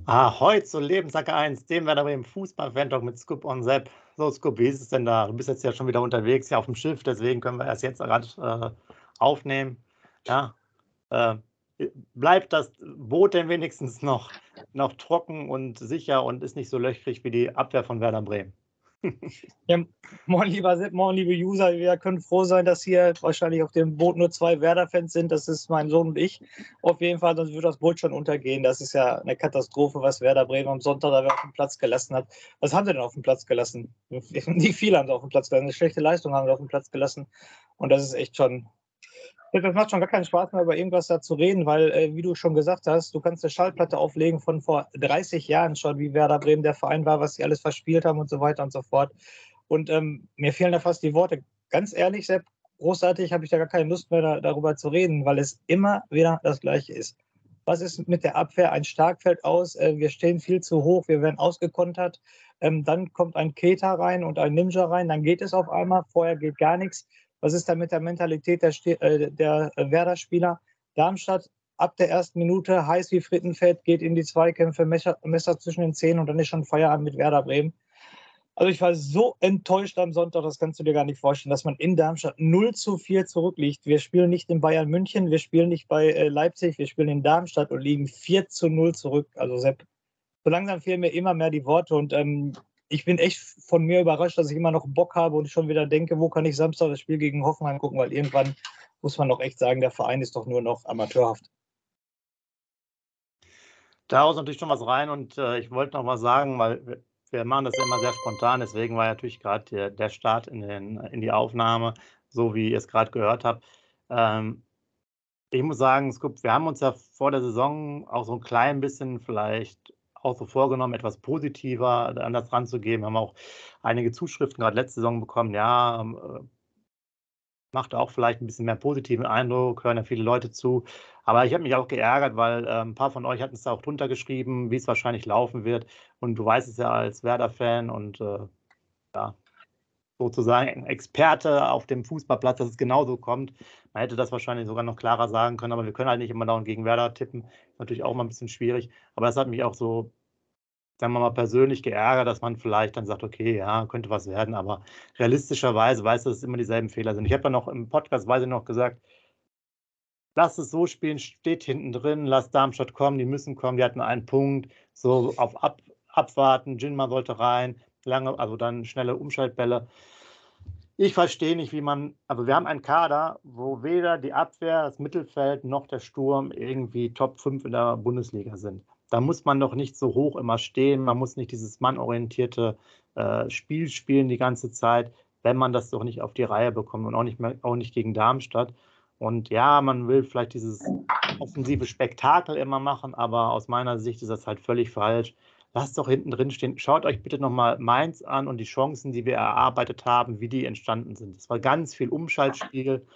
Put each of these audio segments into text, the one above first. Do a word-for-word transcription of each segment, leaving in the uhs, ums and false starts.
Ahoi zu Lebenssache eins, dem Werder Bremen Fußball-Fan-Talk mit Scoop und Sepp. So, Scoop, wie ist es denn da? Du bist jetzt ja schon wieder unterwegs, ja auf dem Schiff, deswegen können wir erst jetzt gerade äh, aufnehmen. Ja, äh, bleibt das Boot denn wenigstens noch, noch trocken und sicher und ist nicht so löchrig wie die Abwehr von Werder Bremen? Ja, moin lieber Sepp, moin liebe User. Wir können froh sein, dass hier wahrscheinlich auf dem Boot nur zwei Werder-Fans sind. Das ist mein Sohn und ich. Auf jeden Fall, sonst würde das Boot schon untergehen. Das ist ja eine Katastrophe, was Werder Bremen am Sonntag da auf dem Platz gelassen hat. Was haben sie denn auf dem Platz gelassen? Nicht viel haben sie auf dem Platz gelassen. Eine schlechte Leistung haben sie auf dem Platz gelassen. Und das ist echt schon. Das macht schon gar keinen Spaß mehr, über irgendwas da zu reden, weil, äh, wie du schon gesagt hast, du kannst eine Schallplatte auflegen von vor dreißig Jahren schon, wie Werder Bremen der Verein war, was sie alles verspielt haben und so weiter und so fort. Und ähm, mir fehlen da fast die Worte. Ganz ehrlich, Sepp, großartig habe ich da gar keine Lust mehr da, darüber zu reden, weil es immer wieder das Gleiche ist. Was ist mit der Abwehr? Ein Stark aus, äh, wir stehen viel zu hoch, wir werden ausgekontert. Ähm, dann kommt ein Keita rein und ein Ninja rein, dann geht es auf einmal, vorher geht gar nichts. Was ist da mit der Mentalität der, äh, der Werder-Spieler? Darmstadt ab der ersten Minute heiß wie Frittenfett, geht in die Zweikämpfe, Messer, Messer zwischen den Zähnen und dann ist schon Feierabend mit Werder Bremen. Also ich war so enttäuscht am Sonntag, das kannst du dir gar nicht vorstellen, dass man in Darmstadt null zu vier zurückliegt. Wir spielen nicht in Bayern München, wir spielen nicht bei äh, Leipzig, wir spielen in Darmstadt und liegen vier zu null zurück. Also Sepp, so langsam fehlen mir immer mehr die Worte und ähm, ich bin echt von mir überrascht, dass ich immer noch Bock habe und schon wieder denke, wo kann ich Samstag das Spiel gegen Hoffenheim gucken, weil irgendwann muss man doch echt sagen, der Verein ist doch nur noch amateurhaft. Da haust natürlich schon was rein und äh, ich wollte noch mal sagen, weil wir, wir machen das ja immer sehr spontan, deswegen war ja natürlich gerade der, der Start in, den, in die Aufnahme, so wie ihr es gerade gehört habt. Ähm, Ich muss sagen, Scoop, wir haben uns ja vor der Saison auch so ein klein bisschen vielleicht auch so vorgenommen, etwas positiver an das ranzugehen. Wir haben auch einige Zuschriften gerade letzte Saison bekommen, ja, ähm, äh, macht auch vielleicht ein bisschen mehr positiven Eindruck, hören ja viele Leute zu. Aber ich habe mich auch geärgert, weil äh, ein paar von euch hatten es da auch drunter geschrieben, wie es wahrscheinlich laufen wird. Und du weißt es ja als Werder-Fan und äh, ja, sozusagen ein Experte auf dem Fußballplatz, dass es genauso kommt. Man hätte das wahrscheinlich sogar noch klarer sagen können, aber wir können halt nicht immer dauernd gegen Werder tippen. Ist natürlich auch mal ein bisschen schwierig. Aber das hat mich auch so, sagen wir mal, persönlich geärgert, dass man vielleicht dann sagt, okay, ja, könnte was werden, aber realistischerweise weiß, dass es immer dieselben Fehler sind. Ich habe ja noch im Podcast, weiß ich noch, gesagt, lass es so spielen, steht hinten drin, lass Darmstadt kommen, die müssen kommen, die hatten einen Punkt, so auf Ab, Abwarten, Jinma wollte rein, lange, also dann schnelle Umschaltbälle. Ich verstehe nicht, wie man, also wir haben einen Kader, wo weder die Abwehr, das Mittelfeld noch der Sturm irgendwie Top fünf in der Bundesliga sind. Da muss man doch nicht so hoch immer stehen, man muss nicht dieses mannorientierte äh, Spiel spielen die ganze Zeit, wenn man das doch nicht auf die Reihe bekommt und auch nicht, mehr, auch nicht gegen Darmstadt. Und ja, man will vielleicht dieses offensive Spektakel immer machen, aber aus meiner Sicht ist das halt völlig falsch. Lasst doch hinten drin stehen. Schaut euch bitte nochmal Mainz an und die Chancen, die wir erarbeitet haben, wie die entstanden sind. Es war ganz viel Umschaltspiel.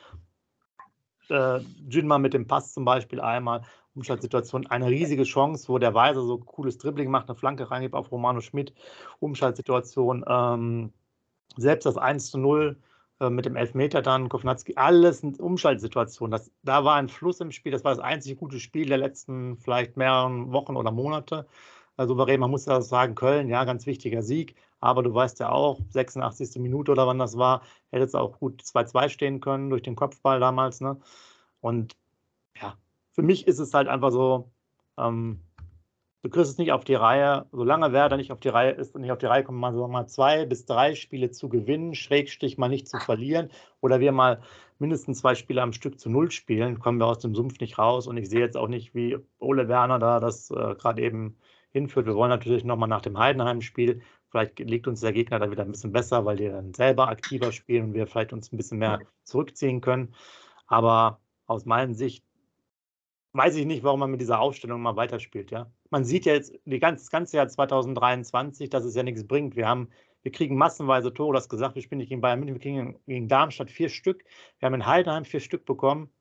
Äh, Jinma mit dem Pass zum Beispiel einmal. Umschaltsituation, eine riesige Chance, wo der Weiser so cooles Dribbling macht, eine Flanke reingibt auf Romano Schmidt. Umschaltsituation. Ähm, selbst das eins zu null äh, mit dem Elfmeter dann, Kovnatski, alles eine Umschaltsituation. Das, da war ein Fluss im Spiel. Das war das einzige gute Spiel der letzten vielleicht mehreren Wochen oder Monate. Äh, souverän, man muss ja sagen, Köln, ja, ganz wichtiger Sieg. Aber du weißt ja auch, sechsundachtzigste Minute oder wann das war, hätte es auch gut zwei zwei stehen können durch den Kopfball damals. Ne? Und ja, für mich ist es halt einfach so, ähm, du kriegst es nicht auf die Reihe, solange Werder nicht auf die Reihe ist und nicht auf die Reihe kommt, mal so mal zwei bis drei Spiele zu gewinnen, Schrägstrich mal nicht zu verlieren oder wir mal mindestens zwei Spiele am Stück zu null spielen, kommen wir aus dem Sumpf nicht raus und ich sehe jetzt auch nicht, wie Ole Werner da das äh, gerade eben hinführt. Wir wollen natürlich nochmal nach dem Heidenheim-Spiel, vielleicht liegt uns der Gegner da wieder ein bisschen besser, weil die dann selber aktiver spielen und wir vielleicht uns ein bisschen mehr zurückziehen können, aber aus meiner Sicht weiß ich nicht, warum man mit dieser Aufstellung mal weiterspielt, ja. Man sieht ja jetzt die ganze, das ganze Jahr zwanzig dreiundzwanzig, dass es ja nichts bringt. Wir haben, wir kriegen massenweise Tore, du hast gesagt, wir spielen nicht gegen Bayern München, wir kriegen gegen Darmstadt vier Stück. Wir haben in Heidenheim vier Stück bekommen.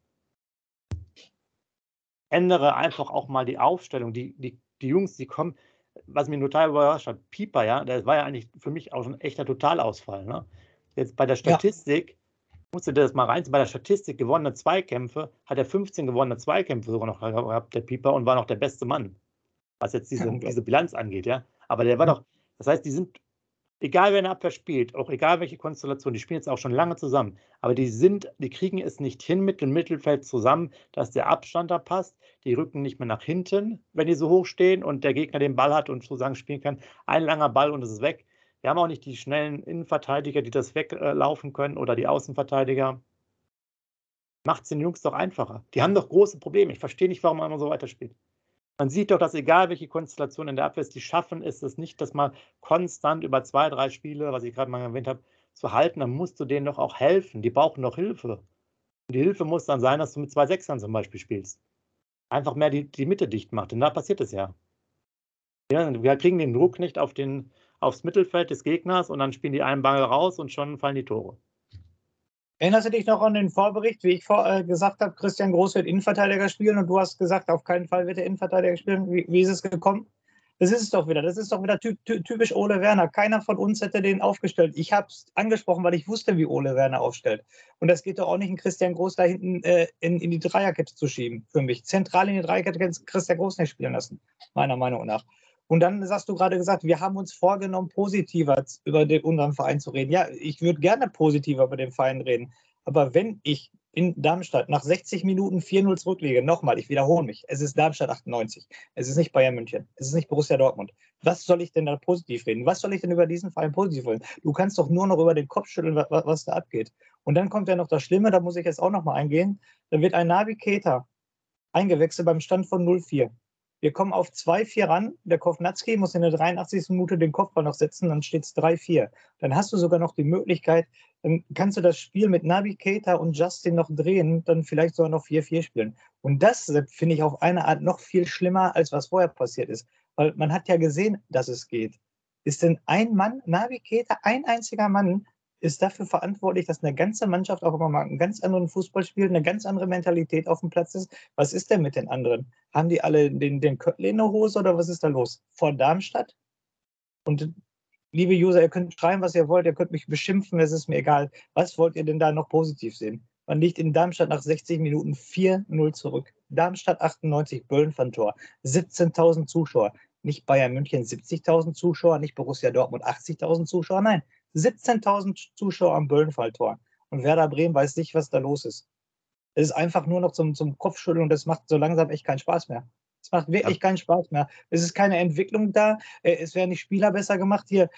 Ändere einfach auch mal die Aufstellung. Die, die, die Jungs, die kommen, was mich total überrascht hat, Pieper, ja, das war ja eigentlich für mich auch ein echter Totalausfall, ne? Jetzt bei der Ja, Statistik, musst du dir das mal reinziehen, bei der Statistik gewonnene Zweikämpfe, hat er fünfzehn gewonnene Zweikämpfe sogar noch gehabt, der Pieper, und war noch der beste Mann. was jetzt diese, diese Bilanz angeht, ja. Aber der war doch, das heißt, die sind, egal wer in der Abwehr spielt, auch egal welche Konstellation, die spielen jetzt auch schon lange zusammen, aber die sind, die kriegen es nicht hin mit dem Mittelfeld zusammen, dass der Abstand da passt, die rücken nicht mehr nach hinten, wenn die so hoch stehen und der Gegner den Ball hat und sozusagen spielen kann, ein langer Ball und es ist weg. Wir haben auch nicht die schnellen Innenverteidiger, die das weglaufen können oder die Außenverteidiger. Macht es den Jungs doch einfacher. Die haben doch große Probleme. Ich verstehe nicht, warum man immer so weiterspielt. Man sieht doch, dass egal welche Konstellation in der Abwehr ist, die schaffen ist es nicht, das mal konstant über zwei, drei Spiele, was ich gerade mal erwähnt habe, zu halten. Dann musst du denen doch auch helfen. Die brauchen doch Hilfe. Und die Hilfe muss dann sein, dass du mit zwei Sechsern zum Beispiel spielst. Einfach mehr die, die Mitte dicht macht. Denn da passiert es ja. ja. Wir kriegen den Druck nicht auf den, aufs Mittelfeld des Gegners und dann spielen die einen Ball raus und schon fallen die Tore. Erinnerst du dich noch an den Vorbericht, wie ich vor, äh, gesagt habe, Christian Groß wird Innenverteidiger spielen und du hast gesagt, auf keinen Fall wird er Innenverteidiger spielen. Wie, wie ist es gekommen? Das ist es doch wieder. Das ist doch wieder ty ty typisch Ole Werner. Keiner von uns hätte den aufgestellt. Ich habe es angesprochen, weil ich wusste, wie Ole Werner aufstellt. Und das geht doch auch nicht, einen Christian Groß da hinten äh, in, in die Dreierkette zu schieben, für mich. Zentral in die Dreierkette kann Christian Groß nicht spielen lassen, meiner Meinung nach. Und dann hast du gerade gesagt, wir haben uns vorgenommen, positiver über den, unseren Verein zu reden. Ja, ich würde gerne positiver über den Verein reden. Aber wenn ich in Darmstadt nach sechzig Minuten vier null zurückliege, nochmal, ich wiederhole mich, es ist Darmstadt achtundneunzig, es ist nicht Bayern München, es ist nicht Borussia Dortmund. Was soll ich denn da positiv reden? Was soll ich denn über diesen Verein positiv reden? Du kannst doch nur noch über den Kopf schütteln, was, was da abgeht. Und dann kommt ja noch das Schlimme, da muss ich jetzt auch nochmal eingehen, da wird ein Navi Keita eingewechselt beim Stand von null vier. Wir kommen auf zwei vier ran. Der Kovnatski muss in der dreiundachtzigsten Minute den Kopfball noch setzen, dann steht es drei vier. Dann hast du sogar noch die Möglichkeit, dann kannst du das Spiel mit Navi Keita und Justin noch drehen, dann vielleicht sogar noch vier vier spielen. Und das finde ich auf eine Art noch viel schlimmer, als was vorher passiert ist. Weil man hat ja gesehen, dass es geht. Ist denn ein Mann, Navi Keita, ein einziger Mann, ist dafür verantwortlich, dass eine ganze Mannschaft auch immer mal einen ganz anderen Fußball spielt, eine ganz andere Mentalität auf dem Platz ist? Was ist denn mit den anderen? Haben die alle den, den Köttel in der Hose oder was ist da los? Vor Darmstadt? Und liebe User, ihr könnt schreiben, was ihr wollt, ihr könnt mich beschimpfen, es ist mir egal. Was wollt ihr denn da noch positiv sehen? Man liegt in Darmstadt nach sechzig Minuten vier null zurück. Darmstadt achtundneunzig, Böllenfan-Tor, siebzehntausend Zuschauer. Nicht Bayern München siebzigtausend Zuschauer, nicht Borussia Dortmund achtzigtausend Zuschauer, nein, siebzehntausend Zuschauer am Böllenfalltor. Und Werder Bremen weiß nicht, was da los ist. Es ist einfach nur noch zum, zum Kopfschütteln und das macht so langsam echt keinen Spaß mehr. Es macht wirklich ja. keinen Spaß mehr. Es ist keine Entwicklung da. Es werden die Spieler besser gemacht. Hier,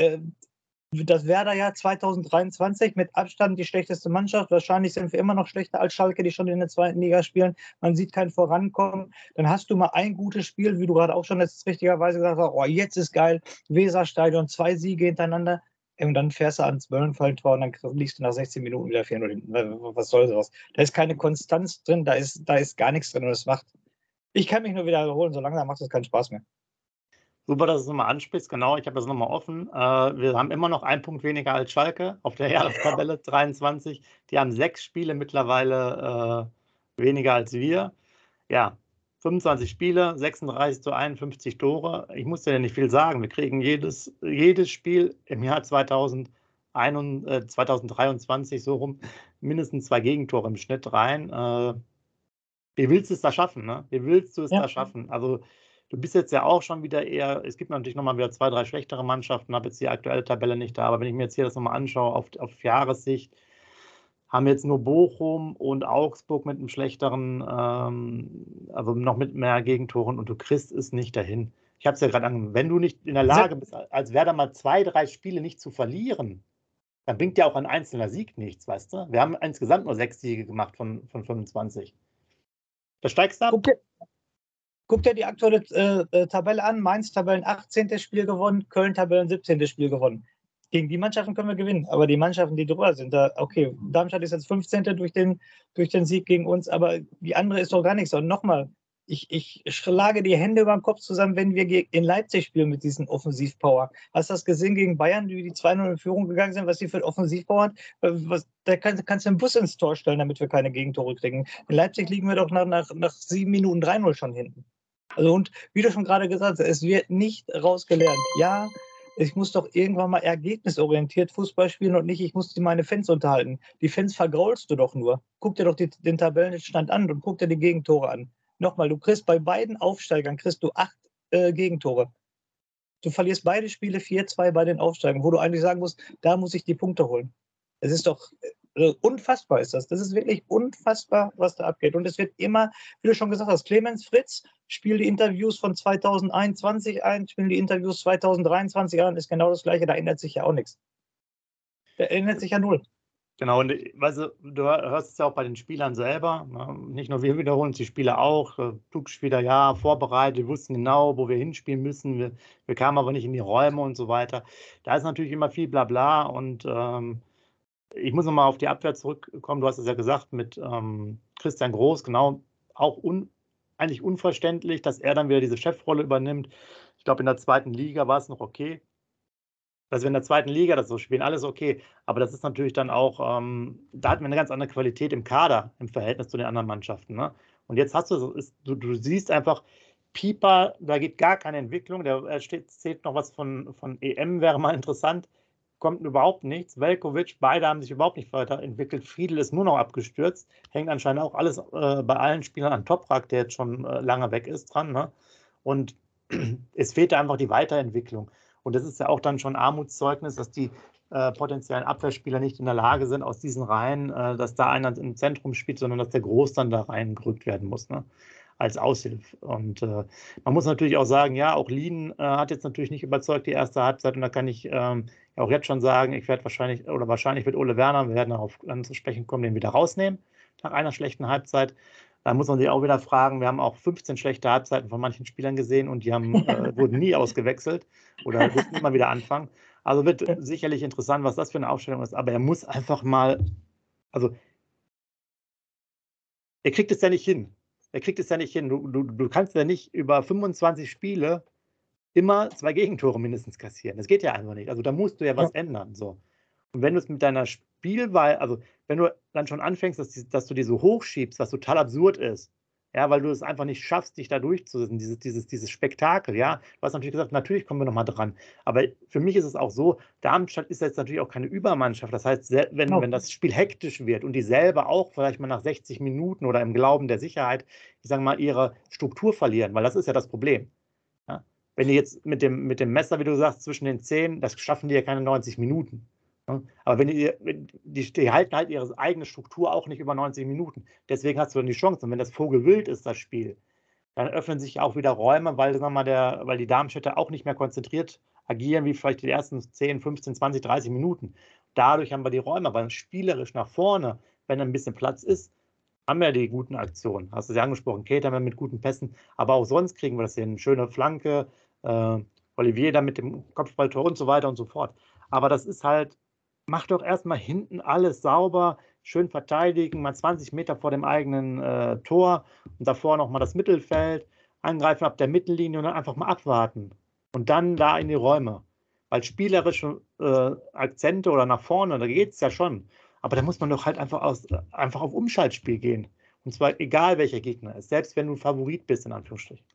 das Werder-Jahr zweitausenddreiundzwanzig mit Abstand die schlechteste Mannschaft. Wahrscheinlich sind wir immer noch schlechter als Schalke, die schon in der zweiten Liga spielen. Man sieht kein Vorankommen. Dann hast du mal ein gutes Spiel, wie du gerade auch schon jetzt richtigerweise gesagt hast, oh, jetzt ist geil, Weserstadion, zwei Siege hintereinander. Und dann fährst du ans Böllenfalltor und dann liegst du nach sechzehn Minuten wieder vier null hinten. Was soll sowas? Da ist keine Konstanz drin, da ist, da ist gar nichts drin und es macht. Ich kann mich nur wiederholen, so langsam macht es keinen Spaß mehr. Super, dass du es nochmal ansprichst. Genau, ich habe das nochmal offen. Wir haben immer noch einen Punkt weniger als Schalke auf der Jahrestabelle dreiundzwanzig. Die haben sechs Spiele mittlerweile äh, weniger als wir. Ja, fünfundzwanzig Spiele, sechsunddreißig zu einundfünfzig Tore. Ich muss dir ja nicht viel sagen. Wir kriegen jedes, jedes Spiel im Jahr zweitausendeins, zweitausenddreiundzwanzig so rum mindestens zwei Gegentore im Schnitt rein. Äh, wie willst du es da schaffen? Ne? Wie willst du es ja. da schaffen? Also du bist jetzt ja auch schon wieder eher, es gibt natürlich nochmal wieder zwei, drei schlechtere Mannschaften, habe jetzt die aktuelle Tabelle nicht da, aber wenn ich mir jetzt hier das nochmal anschaue auf, auf Jahressicht, haben jetzt nur Bochum und Augsburg mit einem schlechteren, ähm, also noch mit mehr Gegentoren und du kriegst es nicht dahin. Ich habe es ja gerade angefangen, wenn du nicht in der Lage bist, als Werder mal zwei, drei Spiele nicht zu verlieren, dann bringt ja auch ein einzelner Sieg nichts, weißt du? Wir haben insgesamt nur sechs Siege gemacht von, von fünfundzwanzig. Da steigst du ab. Guck dir, guck dir die aktuelle äh, Tabelle an. Mainz Tabellen achtzehntes Spiel gewonnen, Köln Tabellen siebzehntes Spiel gewonnen. Gegen die Mannschaften können wir gewinnen, aber die Mannschaften, die drüber sind, da, okay, Darmstadt ist jetzt fünfzehnte durch den, durch den Sieg gegen uns, aber die andere ist doch gar nichts. Und nochmal, ich, ich schlage die Hände über den Kopf zusammen, wenn wir in Leipzig spielen mit diesem Offensivpower. Hast du das gesehen gegen Bayern, wie die zwei null in Führung gegangen sind, was die für ein Offensivpower hat? Was, da kann, kannst du einen Bus ins Tor stellen, damit wir keine Gegentore kriegen. In Leipzig liegen wir doch nach, nach, nach sieben Minuten drei null schon hinten. Also und wie du schon gerade gesagt hast, es wird nicht rausgelernt. Ja, ich muss doch irgendwann mal ergebnisorientiert Fußball spielen und nicht, ich muss meine Fans unterhalten. Die Fans vergraulst du doch nur. Guck dir doch die, den Tabellenstand an und guck dir die Gegentore an. Nochmal, du kriegst bei beiden Aufsteigern kriegst du acht äh, Gegentore. Du verlierst beide Spiele vier zwei bei den Aufsteigern, wo du eigentlich sagen musst, da muss ich die Punkte holen. Es ist doch äh, unfassbar, ist das. Das ist wirklich unfassbar, was da abgeht. Und es wird immer, wie du schon gesagt hast, Clemens Fritz spielt die Interviews von zweitausendeinundzwanzig ein, spielt die Interviews zweitausenddreiundzwanzig ein, ist genau das Gleiche, da ändert sich ja auch nichts. Da ändert sich ja null. Genau, und weißt du, du hörst es ja auch bei den Spielern selber. Ne? Nicht nur wir wiederholen es, die Spieler auch. Flugspieler, ja, vorbereitet, wir wussten genau, wo wir hinspielen müssen. Wir, wir kamen aber nicht in die Räume und so weiter. Da ist natürlich immer viel Blabla. Und ähm, ich muss nochmal auf die Abwehr zurückkommen. Du hast es ja gesagt mit ähm, Christian Groß, genau, auch un, eigentlich unverständlich, dass er dann wieder diese Chefrolle übernimmt. Ich glaube, in der zweiten Liga war es noch okay. Dass wir in der zweiten Liga das so spielen, alles okay. Aber das ist natürlich dann auch, ähm, da hatten wir eine ganz andere Qualität im Kader im Verhältnis zu den anderen Mannschaften. Ne? Und jetzt hast du, so, ist, du, du siehst einfach, Pieper, da geht gar keine Entwicklung. Da steht, zählt noch was von, von E M, wäre mal interessant. Kommt überhaupt nichts. Velkovic, beide haben sich überhaupt nicht weiterentwickelt. Friedel ist nur noch abgestürzt. Hängt anscheinend auch alles äh, bei allen Spielern an Toprak, der jetzt schon äh, lange weg ist, dran. Ne? Und es fehlte einfach die Weiterentwicklung. Und das ist ja auch dann schon Armutszeugnis, dass die äh, potenziellen Abwehrspieler nicht in der Lage sind, aus diesen Reihen, äh, dass da einer im Zentrum spielt, sondern dass der Groß dann da reingerückt werden muss, ne? Als Aushilfe. Und äh, man muss natürlich auch sagen, ja, auch Lien äh, hat jetzt natürlich nicht überzeugt die erste Halbzeit. Und da kann ich ähm, ja auch jetzt schon sagen, ich werde wahrscheinlich, oder wahrscheinlich wird Ole Werner, wir werden darauf dann zu sprechen kommen, den wieder rausnehmen nach einer schlechten Halbzeit. Da muss man sich auch wieder fragen, wir haben auch fünfzehn schlechte Halbzeiten von manchen Spielern gesehen und die haben, äh, wurden nie ausgewechselt oder mussten immer wieder anfangen. Also wird sicherlich interessant, was das für eine Aufstellung ist, aber er muss einfach mal, also er kriegt es ja nicht hin. Er kriegt es ja nicht hin. Du, du, du kannst ja nicht über fünfundzwanzig Spiele immer zwei Gegentore mindestens kassieren. Das geht ja einfach nicht. Also da musst du ja was ja. ändern. So. Und wenn du es mit deiner Spielweise, also wenn du dann schon anfängst, dass, die, dass du die so hochschiebst, was total absurd ist, ja, weil du es einfach nicht schaffst, dich da durchzusetzen, dieses, dieses, dieses Spektakel, ja. Du hast natürlich gesagt, natürlich kommen wir nochmal dran. Aber für mich ist es auch so, Darmstadt ist jetzt natürlich auch keine Übermannschaft. Das heißt, wenn, oh. wenn das Spiel hektisch wird und die selber auch vielleicht mal nach sechzig Minuten oder im Glauben der Sicherheit, ich sage mal, ihre Struktur verlieren, weil das ist ja das Problem. Ja? Wenn die jetzt mit dem, mit dem Messer, wie du sagst, zwischen den Zehen, das schaffen die ja keine neunzig Minuten. Aber wenn die, die, die halten halt ihre eigene Struktur auch nicht über neunzig Minuten. Deswegen hast du dann die Chance. Und wenn das vogelwild ist, das Spiel, dann öffnen sich auch wieder Räume, weil, sagen wir mal, der, weil die Darmstädter auch nicht mehr konzentriert agieren, wie vielleicht die ersten zehn, fünfzehn, zwanzig, dreißig Minuten. Dadurch haben wir die Räume, weil spielerisch nach vorne, wenn ein bisschen Platz ist, haben wir die guten Aktionen. Hast du es ja angesprochen, Kate haben wir mit guten Pässen, aber auch sonst kriegen wir das hin. Schöne Flanke, äh, Olivier da mit dem Kopfballtor und so weiter und so fort. Aber das ist halt, mach doch erstmal hinten alles sauber, schön verteidigen, mal zwanzig Meter vor dem eigenen äh, Tor und davor nochmal das Mittelfeld, angreifen ab der Mittellinie und dann einfach mal abwarten. Und dann da in die Räume. Weil spielerische äh, Akzente oder nach vorne, da geht es ja schon. Aber da muss man doch halt einfach, aus, einfach auf Umschaltspiel gehen. Und zwar egal, welcher Gegner ist. Selbst wenn du Favorit bist, in Anführungsstrichen.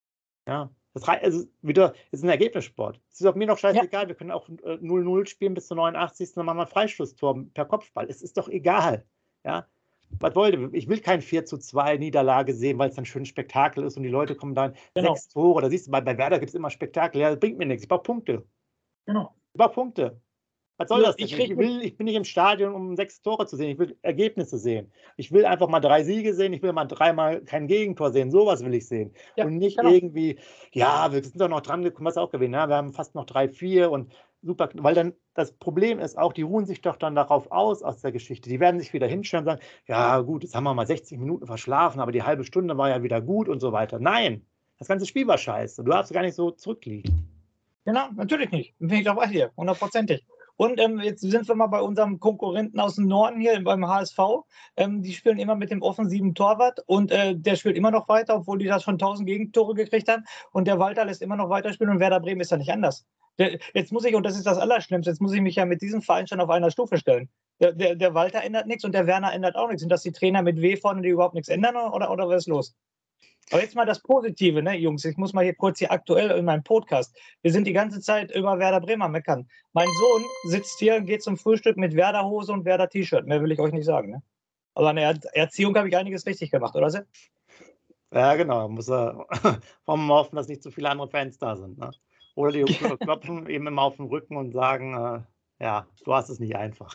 Ja. Das also wieder, ist ein Ergebnissport. Es ist auf mir noch scheißegal, ja. Wir können auch äh, null null spielen bis zur neunundachtzigsten Dann machen wir ein Freistoßtor per Kopfball. Es ist doch egal. Ja? Was wollt ihr? Ich will kein vier zu zwei Niederlage sehen, weil es dann schön Spektakel ist und die Leute kommen dann genau. sechs Tore. Da siehst du, bei, bei Werder gibt es immer Spektakel. Ja, das bringt mir nichts. Ich brauche Punkte. Genau. Ich brauche Punkte. Was soll ja, das denn? Ich, ich, will, ich bin nicht im Stadion, um sechs Tore zu sehen. Ich will Ergebnisse sehen. Ich will einfach mal drei Siege sehen. Ich will mal dreimal kein Gegentor sehen. Sowas will ich sehen. Ja, und nicht genau. irgendwie, ja, wir sind doch noch dran gekommen, was auch gewinnen. Ja, wir haben fast noch drei, vier und super. Weil dann das Problem ist auch, die ruhen sich doch dann darauf aus, aus der Geschichte. Die werden sich wieder hinstellen und sagen, ja gut, jetzt haben wir mal sechzig Minuten verschlafen, aber die halbe Stunde war ja wieder gut und so weiter. Nein, das ganze Spiel war scheiße. Du darfst gar nicht so zurückliegen. Genau, natürlich nicht. Bin ich doch bei dir, hundertprozentig. Und ähm, jetzt sind wir mal bei unserem Konkurrenten aus dem Norden hier beim H S V. Ähm, die spielen immer mit dem offensiven Torwart und äh, der spielt immer noch weiter, obwohl die da schon tausend Gegentore gekriegt haben. Und der Walter lässt immer noch weiterspielen und Werder Bremen ist ja nicht anders. Der, jetzt muss ich, und das ist das Allerschlimmste, jetzt muss ich mich ja mit diesem Verein schon auf einer Stufe stellen. Der, der, der Walter ändert nichts und der Werner ändert auch nichts. Sind das die Trainer mit W vorne, die überhaupt nichts ändern oder, oder was ist los? Aber jetzt mal das Positive, ne, Jungs. Ich muss mal hier kurz hier aktuell in meinem Podcast. Wir sind die ganze Zeit über Werder Bremer meckern. Mein Sohn sitzt hier und geht zum Frühstück mit Werder-Hose und Werder-T-Shirt. Mehr will ich euch nicht sagen. Ne? Aber an der Erziehung habe ich einiges richtig gemacht, oder Sepp? Ja, genau, muss er vor allem hoffen, dass nicht zu viele andere Fans da sind, ne? Oder die kl klopfen ihm immer auf den Rücken und sagen, äh: „Ja, du hast es nicht einfach.“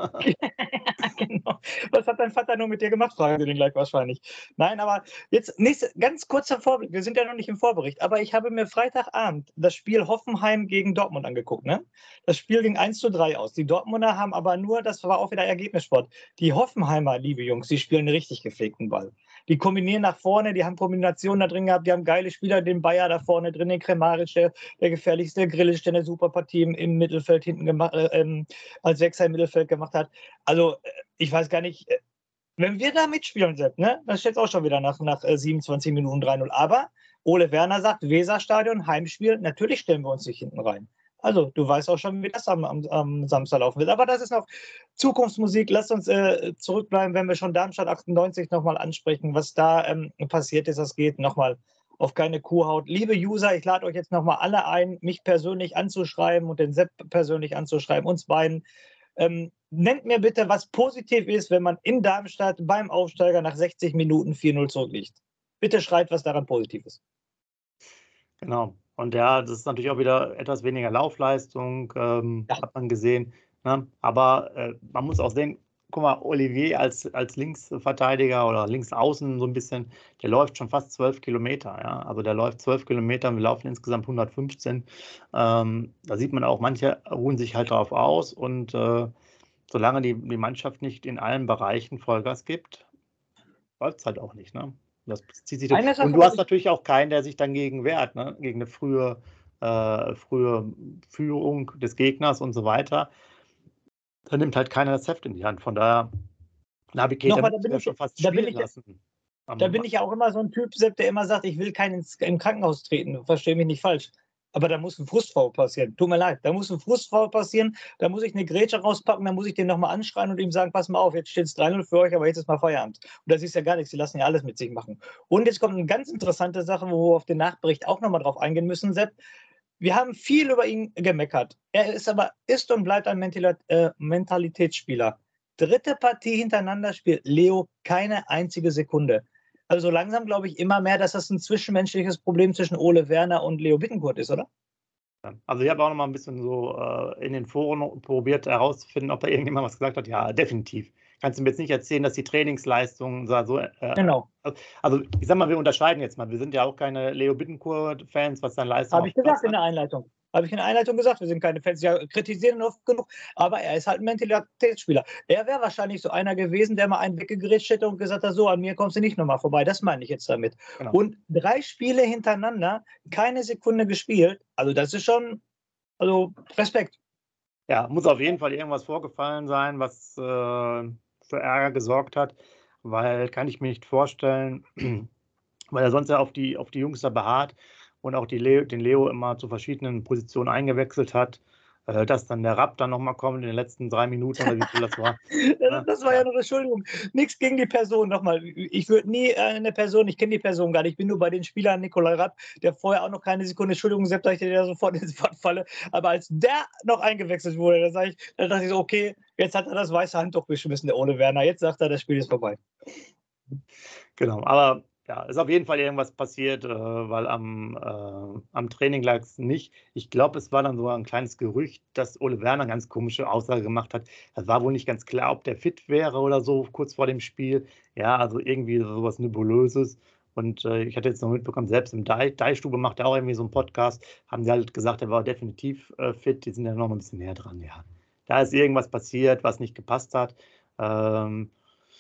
Genau. „Was hat dein Vater nur mit dir gemacht?“ fragen sie den gleich wahrscheinlich. Nein, aber jetzt nächste ganz kurzer Vorblick. Wir sind ja noch nicht im Vorbericht, aber ich habe mir Freitagabend das Spiel Hoffenheim gegen Dortmund angeguckt, ne? Das Spiel ging eins zu drei aus. Die Dortmunder haben aber nur das war auch wieder Ergebnissport. Die Hoffenheimer, liebe Jungs, die spielen 'n richtig gepflegten Ball. Die kombinieren nach vorne, die haben Kombinationen da drin gehabt, die haben geile Spieler, den Bayer da vorne drin, den Kramaric, der der gefährlichste, Grillitsch, der 'ne super Partie im im Mittelfeld hinten gemacht äh, ähm, als Sechser im Mittelfeld gemacht hat. Also, äh, ich weiß gar nicht, äh, wenn wir da mitspielen, Sepp, ne, dann steht's auch schon wieder nach nach, äh, siebenundzwanzig Minuten drei null. Aber Ole Werner sagt: „Weserstadion, Heimspiel, natürlich stellen wir uns nicht hinten rein.“ Also, du weißt auch schon, wie das am am am Samstag laufen wird. Aber das ist noch Zukunftsmusik. Lasst uns, äh, zurückbleiben, wenn wir schon Darmstadt achtundneunzig noch mal ansprechen, was da, ähm, passiert ist. Das geht noch mal auf keine Kuhhaut. Liebe User, ich lade euch jetzt noch mal alle ein, mich persönlich anzuschreiben und den Sepp persönlich anzuschreiben, uns beiden. Ähm, nennt mir bitte, was positiv ist, wenn man in Darmstadt beim Aufsteiger nach sechzig Minuten vier null zurückliegt. Bitte schreibt, was daran positiv ist. Genau. Und ja, das ist natürlich auch wieder etwas weniger Laufleistung, ähm, Ja. hat man gesehen, ne? Aber, äh, man muss auch sehen, guck mal, Olivier als als Linksverteidiger oder Linksaußen so 'n bisschen, der läuft schon fast zwölf Kilometer, ja? Also, der läuft zwölf Kilometer, wir laufen insgesamt hundertfünfzehn. Ähm, da sieht man auch, manche ruhen sich halt drauf aus und, äh, solange die die Mannschaft nicht in allen Bereichen Vollgas gibt, läuft's halt auch nicht, ne? Das zieht sich durch. Eine Und Sache du muss hast ich natürlich auch keinen, der sich dagegen wehrt, ne, gegen 'ne frühe äh, frühe Führung des Gegners und so weiter. Da nimmt halt keiner das Heft in die Hand. Von daher, Noch Navigator mal, da müssten bin wir ich schon fast da bin spielen ich lassen. da Am bin ich ja auch immer so 'n Typ, Sepp, der immer sagt: „Ich will keinen ins im Krankenhaus treten.“ Verstehe mich nicht falsch. Aber da muss 'n Frustfaul passieren. Tut mir leid, da muss 'n Frustfaul passieren. Da muss ich 'ne Grätsche rauspacken, da muss ich den noch mal anschreien und ihm sagen: „Pass mal auf, jetzt steht's drei null für euch, aber jetzt ist mal Feierabend.“ Und das ist ja gar nix. Die lassen ja alles mit sich machen. Und jetzt kommt 'ne ganz interessante Sache, wo wir auf den Nachbericht auch noch mal drauf eingehen müssen, Sepp. Wir haben viel über ihn gemeckert. Er ist aber ist und bleibt ein Mentilat äh, Mentalitätsspieler. Dritte Partie hintereinander spielt Leo keine einzige Sekunde. Also, langsam glaube ich immer mehr, dass das 'n zwischenmenschliches Problem zwischen Ole Werner und Leo Bittencourt ist, oder? Ja. Also, ich habe auch noch mal 'n bisschen so, äh, in den Foren probiert herauszufinden, ob da irgendjemand was gesagt hat. Ja, definitiv. Kannst du mir jetzt nicht erzählen, dass die Trainingsleistung da so, äh Genau. al also, ich sage mal, wir unterscheiden jetzt mal. Wir sind ja auch keine Leo Bittencourt-Fans, was seine Leistung Habe ich aufm Platz gesagt in an der Einleitung. Habe ich in der Einleitung gesagt, wir sind keine Fans. Ja, kritisieren oft genug, aber er ist halt 'n Mentalitätsspieler. Er wäre wahrscheinlich so einer gewesen, der mal einen weggegrätscht hätte und gesagt hat: „So, an mir kommst du nicht noch mal vorbei.“ Das meine ich jetzt damit. Genau. Und drei Spiele hintereinander, keine Sekunde gespielt. Also, das ist schon also, Respekt. Ja, muss auf jeden Fall irgendwas vorgefallen sein, was, äh, für Ärger gesorgt hat, weil kann ich mir nicht vorstellen, weil er sonst ja auf die auf die Jungs da beharrt und auch die Leo den Leo immer zu verschiedenen Positionen eingewechselt hat, äh, dass dann der Rapp dann noch mal kommt in den letzten drei Minuten oder wie viel das war, Ja, ne? das war ja Ja. noch Entschuldigung. Nix gegen die Person. Noch mal, i ich würde nie, äh, 'ne Person ich kenne die Person gar nicht. Ich bin nur bei den Spielern Nicolai Rapp, der vorher auch noch keine Sekunde Entschuldigung, Sepp, dass ich dir da sofort ins Wort falle, aber als der noch eingewechselt wurde, da sage ich da dachte ich so: „Okay, jetzt hat er das weiße Handtuch geschmissen, der Ole Werner. Jetzt sagt er, das Spiel ist vorbei.“ Genau, aber ja, ist auf jeden Fall irgendwas passiert, äh, weil am äh, am Training lag's nicht. Ich glaube, es war dann sogar 'n kleines Gerücht, dass Ole Werner ganz komische Aussage gemacht hat. Es war wohl nicht ganz klar, ob der fit wäre oder so kurz vor dem Spiel. Ja, also, irgendwie so was Nebulöses. Und, äh, ich hatte jetzt noch mitbekommen, selbst im Dei Deichstube macht er auch irgendwie so 'n Podcast, haben die halt gesagt, er war definitiv, äh, fit. Die sind ja noch mal 'n bisschen näher dran, ja. Da ist irgendwas passiert, was nicht gepasst hat. Ähm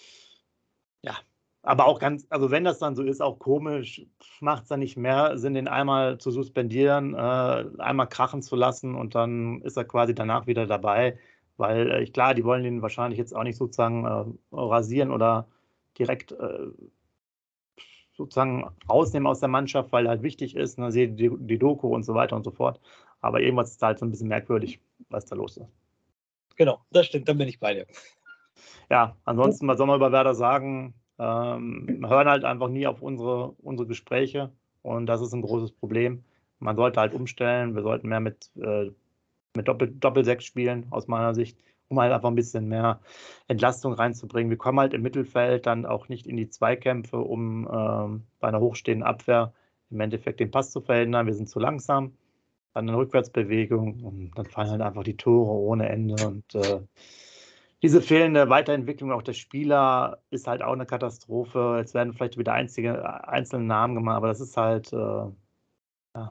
ja, aber auch ganz also, wenn das dann so ist, auch komisch, macht's dann nicht mehr Sinn, den einmal zu suspendieren, äh, einmal krachen zu lassen und dann ist er quasi danach wieder dabei, weil, äh, klar, die wollen ihn wahrscheinlich jetzt auch nicht sozusagen, äh, rasieren oder direkt, äh sozusagen rausnehmen aus der Mannschaft, weil er halt wichtig ist, ne, siehe die die Doku und so weiter und so fort. Aber irgendwas ist da halt so 'n bisschen merkwürdig, was da los ist. Genau, das stimmt, da bin ich bei dir. Ja, ansonsten, was soll man über Werder sagen? Ähm, hören halt einfach nie auf unsere unsere Gespräche und das ist 'n großes Problem. Man sollte halt umstellen. Wir sollten mehr mit, äh mit Doppel Doppelsechs spielen aus meiner Sicht um halt einfach ein bisschen mehr Entlastung reinzubringen. Wir kommen halt im Mittelfeld dann auch nicht in die Zweikämpfe, um ähm, bei einer hochstehenden Abwehr im Endeffekt den Pass zu verhindern. Wir sind zu langsam, dann eine Rückwärtsbewegung und dann fallen halt einfach die Tore ohne Ende. Und äh, diese fehlende Weiterentwicklung auch der Spieler ist halt auch eine Katastrophe. Jetzt werden vielleicht wieder einzige, einzelne Namen gemacht, aber das ist halt äh, ja,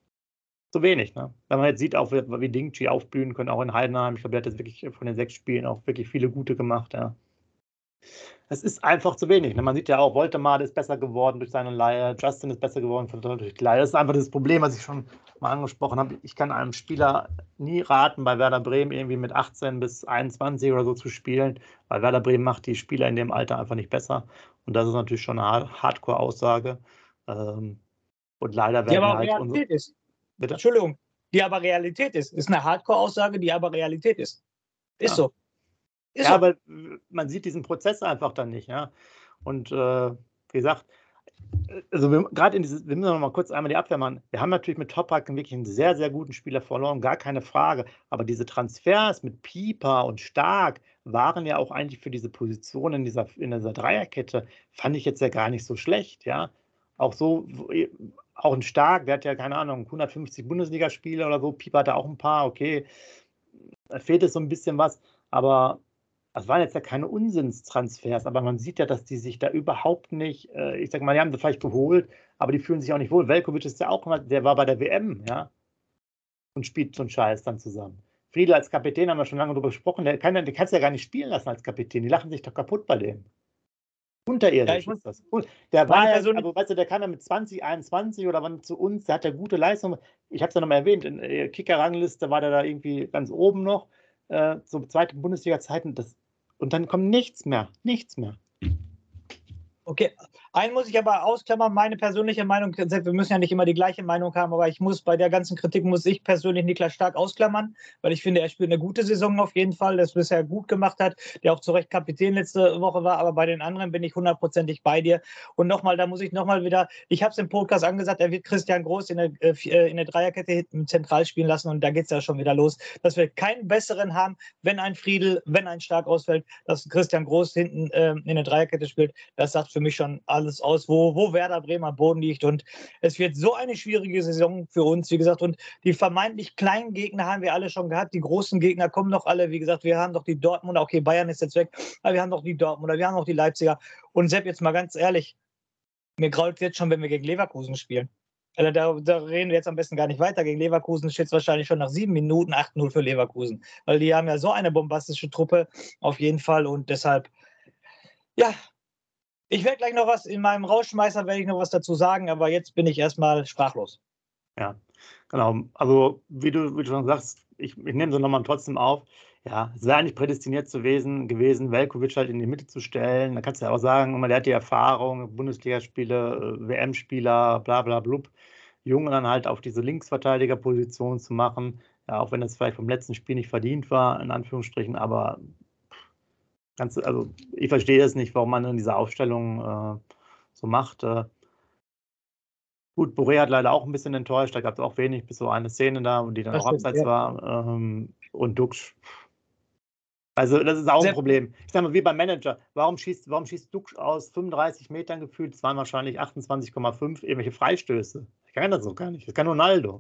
zu wenig. Ne? Wenn man jetzt sieht, auch wie, wie Dingchi aufblühen können, auch in Heidenheim. Ich glaube, der hat jetzt wirklich von den sechs Spielen auch wirklich viele gute gemacht. Ja. Es ist einfach zu wenig. Ne? Man sieht ja auch, Woltemade ist besser geworden durch seine Leihe, Justin ist besser geworden durch die Leihe. Das ist einfach das Problem, was ich schon mal angesprochen habe. Ich kann einem Spieler nie raten, bei Werder Bremen irgendwie mit achtzehn bis einundzwanzig oder so zu spielen, weil Werder Bremen macht die Spieler in dem Alter einfach nicht besser. Und das ist natürlich schon eine Hardcore-Aussage. Ähm, und leider Die werden aber auch halt unsere. Realität ist. Bitte? Entschuldigung, die aber Realität ist. Ist eine Hardcore-Aussage, die aber Realität ist. Ist Ja. so. Ist Ja, so. aber man sieht diesen Prozess einfach dann nicht. Ja? Und äh, wie gesagt, also gerade in dieses, wir müssen noch mal kurz einmal die Abwehr machen. Wir haben natürlich mit Toprak wirklich einen sehr, sehr guten Spieler verloren, gar keine Frage. Aber diese Transfers mit Pieper und Stark waren ja auch eigentlich für diese Position in dieser, in dieser Dreierkette, fand ich jetzt ja gar nicht so schlecht. Ja? Auch so, auch ein Stark, der hat ja, keine Ahnung, hundertfünfzig Bundesligaspiele oder so. Pieper hatte auch ein paar, okay. Da fehlt es so ein bisschen was, aber das waren jetzt ja keine Unsinnstransfers, aber man sieht ja, dass die sich da überhaupt nicht, äh, ich sag mal, die haben sie vielleicht geholt, aber die fühlen sich auch nicht wohl. Veljkovic ist ja auch, der war bei der W M, ja, und spielt so einen Scheiß dann zusammen. Friedl als Kapitän haben wir schon lange darüber gesprochen, der, kann, der kannst du ja gar nicht spielen lassen als Kapitän, die lachen sich doch kaputt bei dem. Unterirdisch Ja, ist das. Der war ja, persönlich- aber weißt du, der kam ja mit zwanzig, einundzwanzig oder wann zu uns, der hat ja gute Leistung. Ich habe es ja nochmal erwähnt, in der Kicker-Rangliste war der da irgendwie ganz oben noch, äh, so zweite Bundesliga-Zeiten. Das, und dann kommt nichts mehr, nichts mehr. Okay, einen muss ich aber ausklammern, meine persönliche Meinung, wir müssen ja nicht immer die gleiche Meinung haben, aber ich muss bei der ganzen Kritik, muss ich persönlich Niklas Stark ausklammern, weil ich finde, er spielt eine gute Saison auf jeden Fall, das bisher gut gemacht hat, der auch zu Recht Kapitän letzte Woche war, aber bei den anderen bin ich hundertprozentig bei dir. Und nochmal, da muss ich nochmal wieder, ich habe es im Podcast angesagt, er wird Christian Groß in der, äh, in der Dreierkette hinten zentral spielen lassen und da geht es ja schon wieder los, dass wir keinen besseren haben, wenn ein Friedl, wenn ein Stark ausfällt, dass Christian Groß hinten äh, in der Dreierkette spielt, das sagt für mich schon alles aus, wo, wo Werder Bremen am Boden liegt. Und es wird so eine schwierige Saison für uns, wie gesagt. Und die vermeintlich kleinen Gegner haben wir alle schon gehabt. Die großen Gegner kommen noch alle. Wie gesagt, wir haben doch die Dortmunder. Okay, Bayern ist jetzt weg. Aber wir haben noch die Dortmunder, wir haben noch die Leipziger. Und Sepp, jetzt mal ganz ehrlich, mir graut jetzt schon, wenn wir gegen Leverkusen spielen. Also da, da reden wir jetzt am besten gar nicht weiter. Gegen Leverkusen steht es wahrscheinlich schon nach sieben Minuten acht null für Leverkusen. Weil die haben ja so eine bombastische Truppe auf jeden Fall. Und deshalb, ja, ich werde gleich noch was in meinem Rausschmeißer, werde ich noch was dazu sagen, aber jetzt bin ich erstmal sprachlos. Ja, genau. Also, wie du, wie du schon sagst, ich, ich nehme sie nochmal trotzdem auf. Ja, es wäre eigentlich prädestiniert zu gewesen, gewesen, Veljkovic halt in die Mitte zu stellen. Da kannst du ja auch sagen, der hat die Erfahrung, Bundesligaspiele, W M-Spieler, bla bla blub. Jungen dann halt auf diese Linksverteidigerposition zu machen. Ja, auch wenn das vielleicht vom letzten Spiel nicht verdient war, in Anführungsstrichen, aber ganz, also ich verstehe das nicht, warum man in dieser Aufstellung äh, so macht. Äh, gut, Boré hat leider auch ein bisschen enttäuscht, da gab es auch wenig, bis so eine Szene da, die dann Das auch stimmt, abseits ja. war. Ähm, und Duxch. Also das ist auch ein Sehr- Problem. Ich sage mal, wie beim Manager, warum schießt, warum schießt Duxch aus fünfunddreißig Metern gefühlt? Es waren wahrscheinlich achtundzwanzig Komma fünf irgendwelche Freistöße. Ich kann das so gar nicht. Das kann Ronaldo.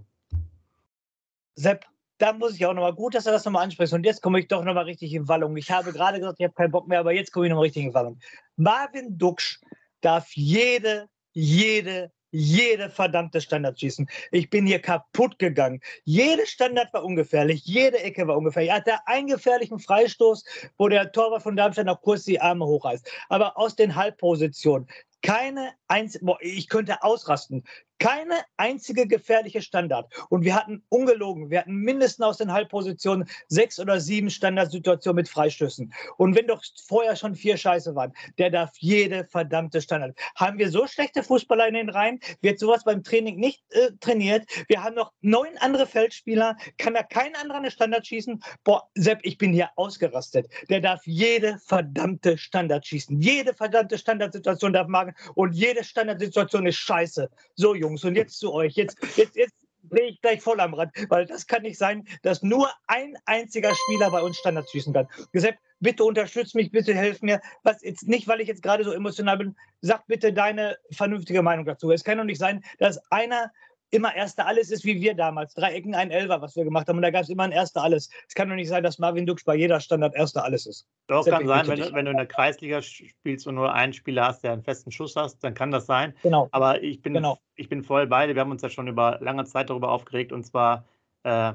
Sepp, da muss ich auch nochmal, gut, dass du das nochmal ansprichst. Und jetzt komme ich doch nochmal richtig in Wallung. Ich habe gerade gesagt, ich habe keinen Bock mehr, aber jetzt komme ich nochmal richtig in Wallung. Marvin Duxch darf jede, jede, jede verdammte Standard schießen. Ich bin hier kaputt gegangen. Jede Standard war ungefährlich, jede Ecke war ungefährlich. Er hatte einen gefährlichen Freistoß, wo der Torwart von Darmstadt noch kurz die Arme hochreißt. Aber aus den Halbpositionen keine einzige, boah, ich könnte ausrasten. Keine einzige gefährliche Standard. Und wir hatten ungelogen, wir hatten mindestens aus den Halbpositionen sechs oder sieben Standardsituationen mit Freistößen. Und wenn doch vorher schon vier Scheiße waren, der darf jede verdammte Standard. Haben wir so schlechte Fußballer in den Reihen? Wird sowas beim Training nicht äh, trainiert? Wir haben noch neun andere Feldspieler. Kann da kein anderer eine Standard schießen? Boah, Sepp, ich bin hier ausgerastet. Der darf jede verdammte Standard schießen. Jede verdammte Standardsituation darf machen und jede Standardsituation ist scheiße. So, Jungs, und jetzt zu euch. Jetzt, jetzt, jetzt drehe ich gleich voll am Rad, weil das kann nicht sein, dass nur ein einziger Spieler bei uns Standards schießen kann. Gesagt, bitte unterstütz mich, bitte helf mir. Was jetzt nicht, weil ich jetzt gerade so emotional bin, sag bitte deine vernünftige Meinung dazu. Es kann doch nicht sein, dass einer immer Erster alles ist, wie wir damals. Drei Ecken, ein Elfer, was wir gemacht haben. Und da gab es immer ein Erster alles. Es kann doch nicht sein, dass Marvin Duksch bei jeder Standard Erster alles ist. Doch, Sepp, kann ich sein, bitte wenn du, dich. wenn du in der Kreisliga spielst und nur einen Spieler hast, der einen festen Schuss hast, dann kann das sein. Genau, Aber ich bin, genau. ich bin voll bei dir. Wir haben uns ja schon über lange Zeit darüber aufgeregt. Und zwar, äh,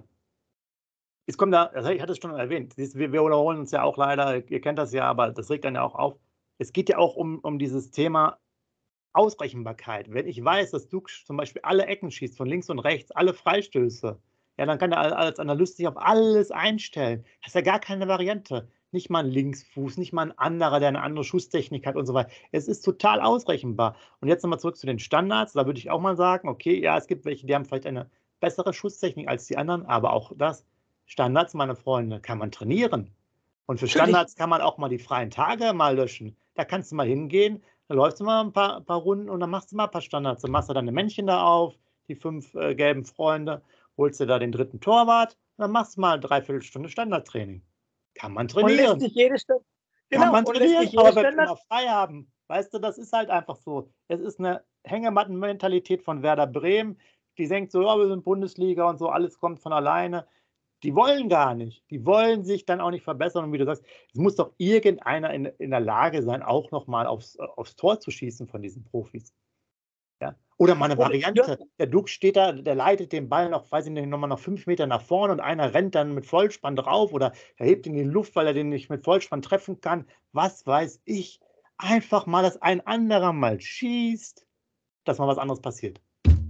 es kommt da, also ich hatte es schon erwähnt, wir, wir wiederholen uns ja auch leider, ihr kennt das ja, aber das regt dann ja auch auf. Es geht ja auch um, um dieses Thema Ausrechenbarkeit. Wenn ich weiß, dass du zum Beispiel alle Ecken schießt, von links und rechts, alle Freistöße, ja, dann kann er als Analyst sich auf alles einstellen. Das ist ja gar keine Variante. Nicht mal ein Linksfuß, nicht mal ein anderer, der eine andere Schusstechnik hat und so weiter. Es ist total ausrechenbar. Und jetzt nochmal zurück zu den Standards. Da würde ich auch mal sagen, okay, ja, es gibt welche, die haben vielleicht eine bessere Schusstechnik als die anderen, aber auch das, Standards, meine Freunde, kann man trainieren. Und für Standards kann man auch mal die freien Tage mal löschen. Da kannst du mal hingehen, da läufst du mal ein paar, paar Runden und dann machst du mal ein paar Standards. Dann machst du deine Männchen da auf, die fünf äh, gelben Freunde, holst dir da den dritten Torwart und dann machst du mal eine Dreiviertelstunde Standardtraining. Kann man Und lässt trainieren. nicht jede Standard. Kann Genau, man und lässt trainieren, nicht jede aber wenn wir Standard. immer frei haben, weißt du, das ist halt einfach so. Es ist eine Hängematten-Mentalität von Werder Bremen, die denkt so, ja, wir sind Bundesliga und so, alles kommt von alleine. Die wollen gar nicht. Die wollen sich dann auch nicht verbessern. Und wie du sagst, es muss doch irgendeiner in, in der Lage sein, auch nochmal aufs, aufs Tor zu schießen von diesen Profis. Ja? Oder mal eine Und, Variante. Der Duck steht da, der leitet den Ball noch, weiß ich nicht, nochmal noch fünf Meter nach vorne und einer rennt dann mit Vollspann drauf oder er hebt ihn in die Luft, weil er den nicht mit Vollspann treffen kann. Was weiß ich. Einfach mal, dass ein anderer mal schießt, dass mal was anderes passiert.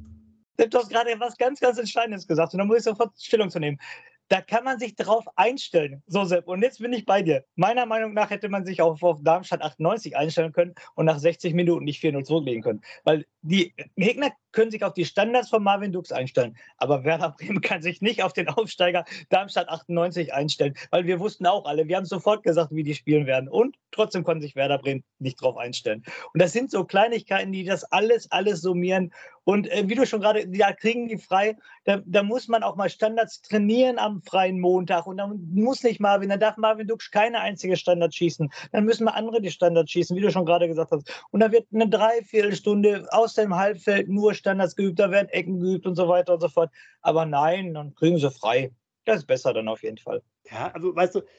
Du hast gerade was ganz, ganz Entscheidendes gesagt und da muss ich sofort Stellung zu nehmen. Da kann man sich drauf einstellen. So, Sepp, und jetzt bin ich bei dir. Meiner Meinung nach hätte man sich auch auf Darmstadt achtundneunzig einstellen können und nach sechzig Minuten nicht vier null zurücklegen können. Weil die Gegner können sich auf die Standards von Marvin Duksch einstellen. Aber Werder Bremen kann sich nicht auf den Aufsteiger Darmstadt achtundneunzig einstellen. Weil wir wussten auch alle, wir haben sofort gesagt, wie die spielen werden. Und trotzdem konnte sich Werder Bremen nicht drauf einstellen. Und das sind so Kleinigkeiten, die das alles, alles summieren. Und äh, wie du schon gerade, ja, kriegen die frei. Da, da muss man auch mal Standards trainieren am freien Montag. Und dann muss nicht Marvin, dann darf Marvin Duksch keine einzige Standard schießen. Dann müssen wir andere die Standards schießen, wie du schon gerade gesagt hast. Und da wird eine Dreiviertelstunde aus dem Halbfeld nur Standards geübt, da werden Ecken geübt und so weiter und so fort. Aber nein, dann kriegen sie frei. Das ist besser dann auf jeden Fall. Ja, also weißt du,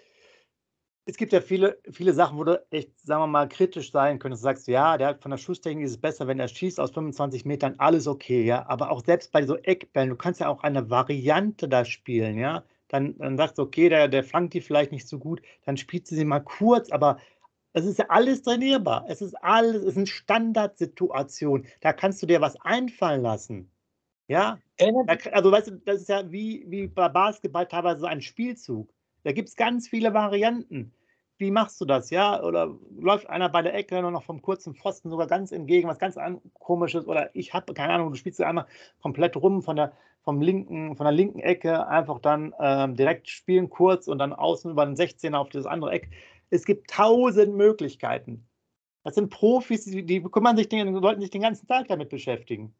es gibt ja viele, viele Sachen, wo du echt, sagen wir mal, kritisch sein könntest. Du sagst, ja, der hat von der Schusstechnik ist es besser, wenn er schießt aus fünfundzwanzig Metern, alles okay, ja. Aber auch selbst bei so Eckbällen, du kannst ja auch eine Variante da spielen, ja. Dann, dann sagst du, okay, der, der flankt die vielleicht nicht so gut, dann spielst du sie mal kurz, aber es ist ja alles trainierbar. Es ist alles, es sind Standardsituationen. Da kannst du dir was einfallen lassen. Ja, da, also weißt du, das ist ja wie, wie bei Basketball teilweise so ein Spielzug. Da gibt es ganz viele Varianten. Wie machst du das, ja? Oder läuft einer bei der Ecke nur noch vom kurzen Pfosten sogar ganz entgegen, was ganz an, komisches? Oder ich habe keine Ahnung, du spielst ja einmal komplett rum von der, vom linken, von der linken Ecke, einfach dann ähm, direkt spielen kurz und dann außen über den sechzehner auf dieses andere Eck. Es gibt tausend Möglichkeiten. Das sind Profis, die, die kümmern sich, die sollten sich den ganzen Tag damit beschäftigen.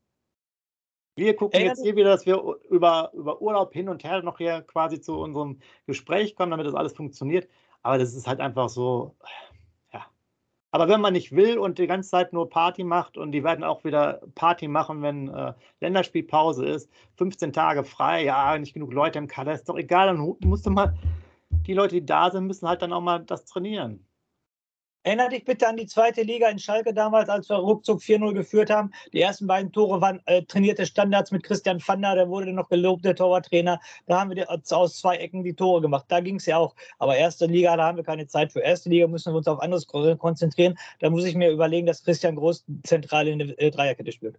Wir gucken jetzt hier wieder, dass wir über, über Urlaub hin und her noch hier quasi zu unserem Gespräch kommen, damit das alles funktioniert. Aber das ist halt einfach so, ja. Aber wenn man nicht will und die ganze Zeit nur Party macht und die werden auch wieder Party machen, wenn äh, Länderspielpause ist, fünfzehn Tage frei, ja, nicht genug Leute im Kader, ist doch egal, dann musst du mal, die Leute, die da sind, müssen halt dann auch mal das trainieren. Erinner dich bitte an die zweite Liga in Schalke damals, als wir ruckzuck vier null geführt haben. Die ersten beiden Tore waren äh, trainierte Standards mit Christian Pfander, der wurde noch gelobt, der Torwarttrainer. Da haben wir die, aus zwei Ecken die Tore gemacht. Da ging es ja auch. Aber erste Liga, da haben wir keine Zeit für. Erste Liga müssen wir uns auf anderes konzentrieren. Da muss ich mir überlegen, dass Christian Groß zentral in der äh, Dreierkette spielt.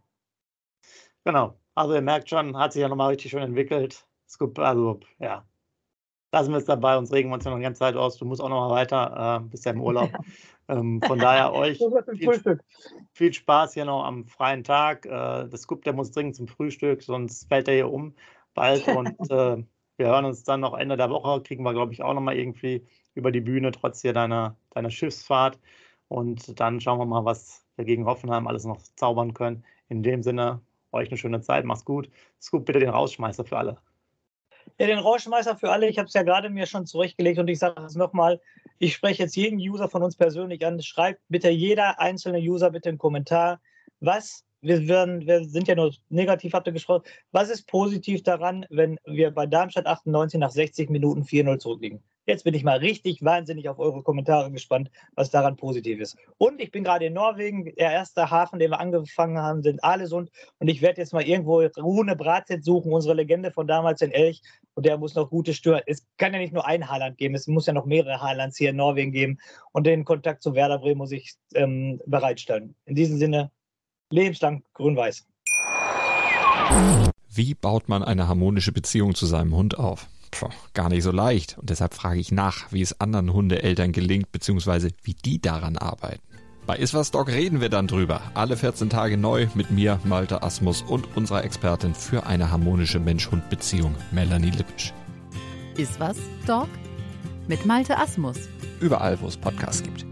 Genau. Also ihr merkt schon, hat sich ja nochmal richtig schön entwickelt. Also, ja. Lassen wir es dabei, uns regen wir uns ja noch die ganze Zeit aus. Du musst auch noch mal weiter, äh, bist ja im Urlaub. ähm, von daher euch viel, viel Spaß hier noch am freien Tag. Äh, das Scoop, der muss dringend zum Frühstück, sonst fällt er hier um bald. Und äh, wir hören uns dann noch Ende der Woche. Kriegen wir, glaube ich, auch noch mal irgendwie über die Bühne, trotz hier deiner, deiner Schiffsfahrt. Und dann schauen wir mal, was wir gegen Hoffenheim alles noch zaubern können. In dem Sinne, euch eine schöne Zeit. Mach's gut. Scoop, bitte den Rausschmeißer für alle. Ja, den Rauschmeißer für alle, ich habe es ja gerade mir schon zurechtgelegt und ich sage es nochmal, ich spreche jetzt jeden User von uns persönlich an, schreibt bitte jeder einzelne User bitte einen Kommentar, was, wir, werden, wir sind ja nur negativ, habt ihr gesprochen, was ist positiv daran, wenn wir bei Darmstadt achtundneunzig nach sechzig Minuten vier null zurückliegen? Jetzt bin ich mal richtig wahnsinnig auf eure Kommentare gespannt, was daran positiv ist. Und ich bin gerade in Norwegen, der erste Hafen, den wir angefangen haben, sind Aalesund. Und ich werde jetzt mal irgendwo Rune Bratzett suchen, unsere Legende von damals in Elch. Und der muss noch gute Stürmer. Es kann ja nicht nur ein Haaland geben, es muss ja noch mehrere Haalands hier in Norwegen geben. Und den Kontakt zu Werder Bremen muss ich ähm, bereitstellen. In diesem Sinne, lebenslang grün-weiß. Wie baut man eine harmonische Beziehung zu seinem Hund auf? Puh, gar nicht so leicht. Und deshalb frage ich nach, wie es anderen Hundeeltern gelingt, beziehungsweise wie die daran arbeiten. Bei Iswas Dog reden wir dann drüber. Alle vierzehn Tage neu mit mir, Malte Asmus und unserer Expertin für eine harmonische Mensch-Hund-Beziehung, Melanie Lippisch. Iswas Dog mit Malte Asmus. Überall, wo es Podcasts gibt.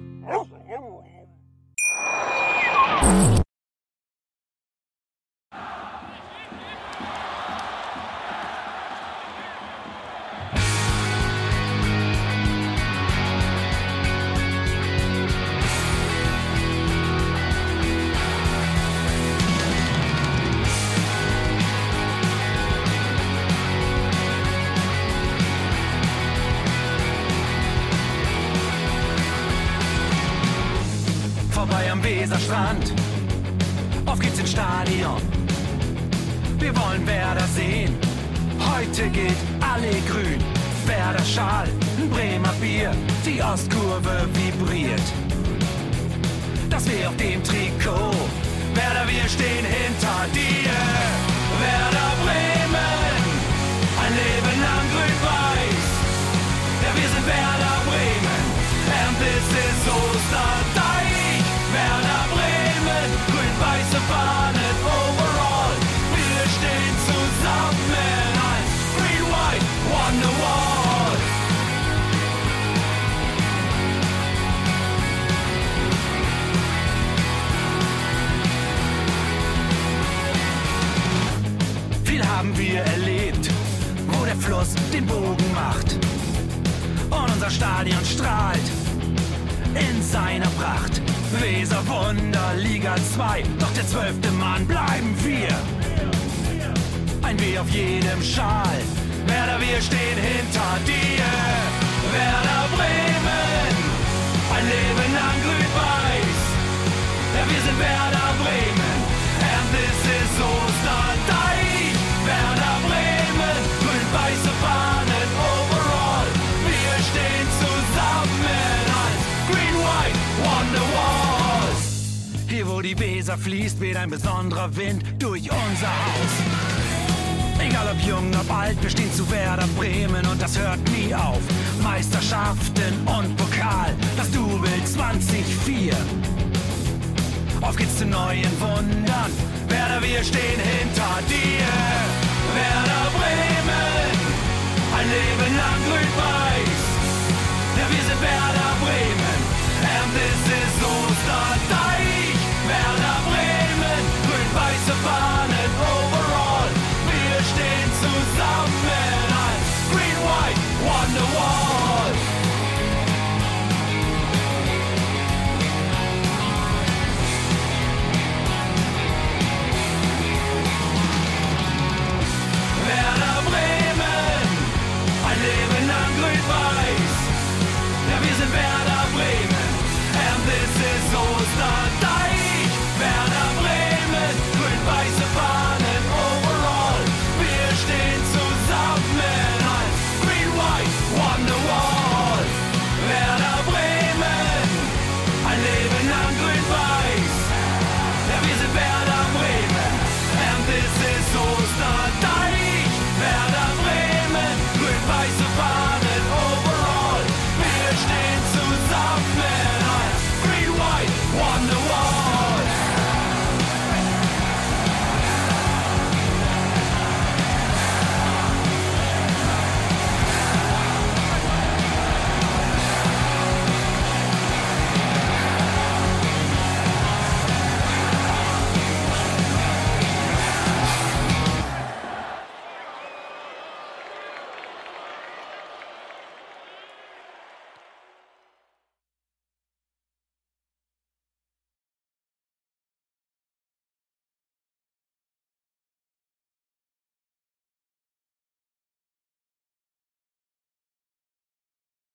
Vorbei am Weserstrand, auf geht's ins Stadion. Wir wollen Werder sehen, heute gilt alle grün. Werder Schal, ein Bremer Bier, die Ostkurve vibriert. Das weh auf dem Trikot, Werder, wir stehen hinter dir. Werder Bremen, ein Leben lang grün-weiß. Ja, wir sind Werder Bremen, and this is Osterdeich. Werder Bremen, grün-weiße Fahnen overall. Wir stehen zusammen als Green-White Wonderwall. Viel haben wir erlebt, wo der Fluss den Bogen macht. Und unser Stadion strahlt in seiner Pracht. Weser Wunder, Liga zwei, doch der zwölfte Mann bleiben wir. Ein W auf jedem Schal, Werder, wir stehen hinter dir. Werder Bremen, ein Leben lang grün-weiß. Ja, wir sind Werder Bremen, and this is Osterdeich. Werder Bremen, grün-weiße Fahnen overall. Wir stehen zusammen als Green-White Wonderwalls. Hier wo die Weser fließt, weht ein besonderer Wind durch unser Haus. Egal ob jung, ob alt, wir stehen zu Werder Bremen und das hört nie auf. Meisterschaften und Pokal, das Double zwanzig vier. Auf geht's zu neuen Wundern, Werder, wir stehen hinter dir. Werder Bremen.